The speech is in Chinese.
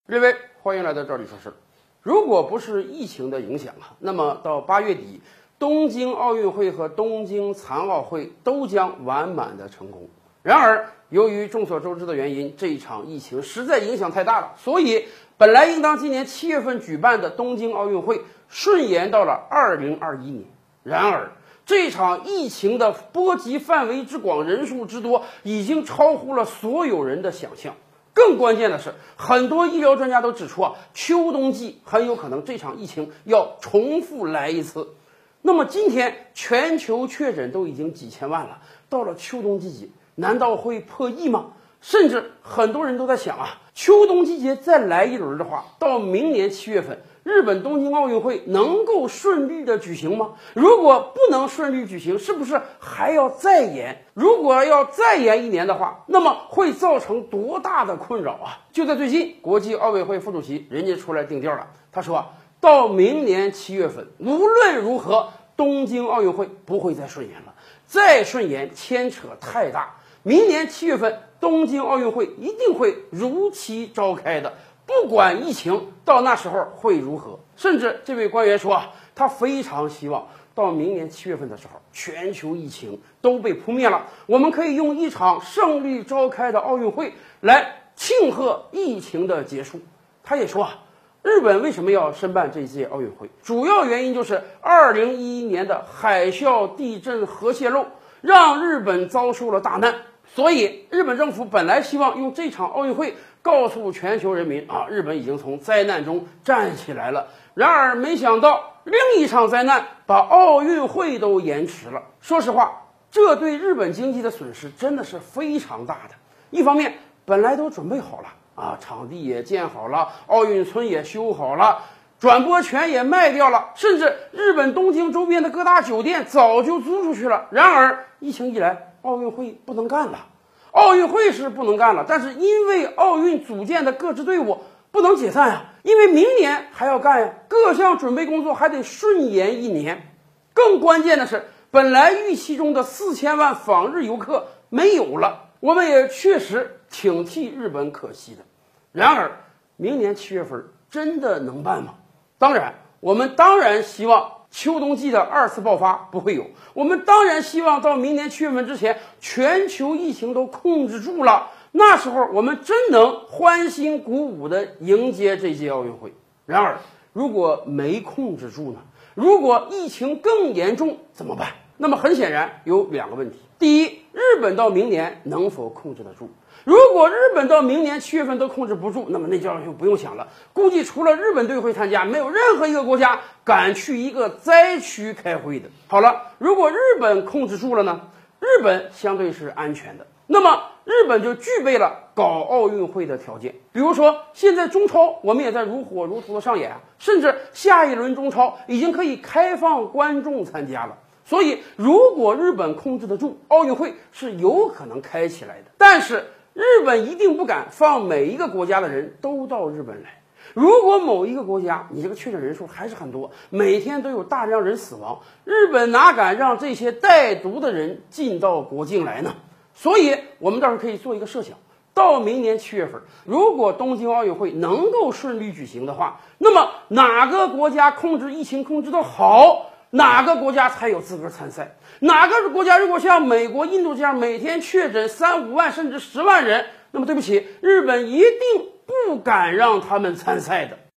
各位，欢迎来到这里说事儿。如果不是疫情的影响那么到8月底，东京奥运会和东京残奥会都将完满的成功。然而，由于众所周知的原因，这一场疫情实在影响太大了，所以本来应当今年7月份举办的东京奥运会顺延到了2021年。然而，这场疫情的波及范围之广、人数之多，已经超乎了所有人的想象。更关键的是，很多医疗专家都指出秋冬季很有可能这场疫情要重复来一次。那么今天全球确诊都已经几千万了，到了秋冬季节，难道会破亿吗？甚至很多人都在想秋冬季节再来一轮的话，到明年7月份，日本东京奥运会能够顺利的举行吗？如果不能顺利举行，是不是还要再延？如果要再延1年的话，那么会造成多大的困扰就在最近，国际奥委会副主席人家出来定调了，他说到明年7月份，无论如何，东京奥运会不会再顺延了，再顺延牵扯太大。明年7月份，东京奥运会一定会如期召开的，不管疫情到那时候会如何。甚至这位官员说他非常希望到明年7月份的时候，全球疫情都被扑灭了，我们可以用一场胜利召开的奥运会来庆贺疫情的结束。他也说日本为什么要申办这届奥运会？主要原因就是2011年的海啸、地震、核泄漏让日本遭受了大难，所以日本政府本来希望用这场奥运会告诉全球人民日本已经从灾难中站起来了。然而没想到另一场灾难把奥运会都延迟了。说实话，这对日本经济的损失真的是非常大的。一方面本来都准备好了场地也建好了，奥运村也修好了，转播权也卖掉了，甚至日本东京周边的各大酒店早就租出去了。然而疫情一来，奥运会不能干了。奥运会是不能干了，但是因为奥运组建的各支队伍不能解散因为明年还要干各项准备工作还得顺延1年。更关键的是，本来预期中的4000万访日游客没有了，我们也确实挺替日本可惜的。然而明年7月份真的能办吗？我们当然希望秋冬季的2次爆发不会有，我们当然希望到明年7月份之前，全球疫情都控制住了，那时候我们真能欢欣鼓舞地迎接这届奥运会。然而如果没控制住呢？如果疫情更严重怎么办？那么很显然有2个问题。第一，日本到明年能否控制得住？如果日本到明年7月份都控制不住，那么那届奥运会不用想了，估计除了日本队会参加，没有任何一个国家敢去一个灾区开会的。好了，如果日本控制住了呢？日本相对是安全的，那么日本就具备了搞奥运会的条件。比如说现在中超我们也在如火如荼的上演甚至下一轮中超已经可以开放观众参加了。所以如果日本控制得住，奥运会是有可能开起来的。但是日本一定不敢放每一个国家的人都到日本来。如果某一个国家你这个确诊人数还是很多，每天都有大量人死亡，日本哪敢让这些带毒的人进到国境来呢？所以我们倒是可以做一个设想，到明年7月份，如果东京奥运会能够顺利举行的话，那么哪个国家控制疫情控制得好，哪个国家才有资格参赛。哪个国家如果像美国、印度这样每天确诊3-5万甚至10万人，那么对不起，日本一定不敢让他们参赛的。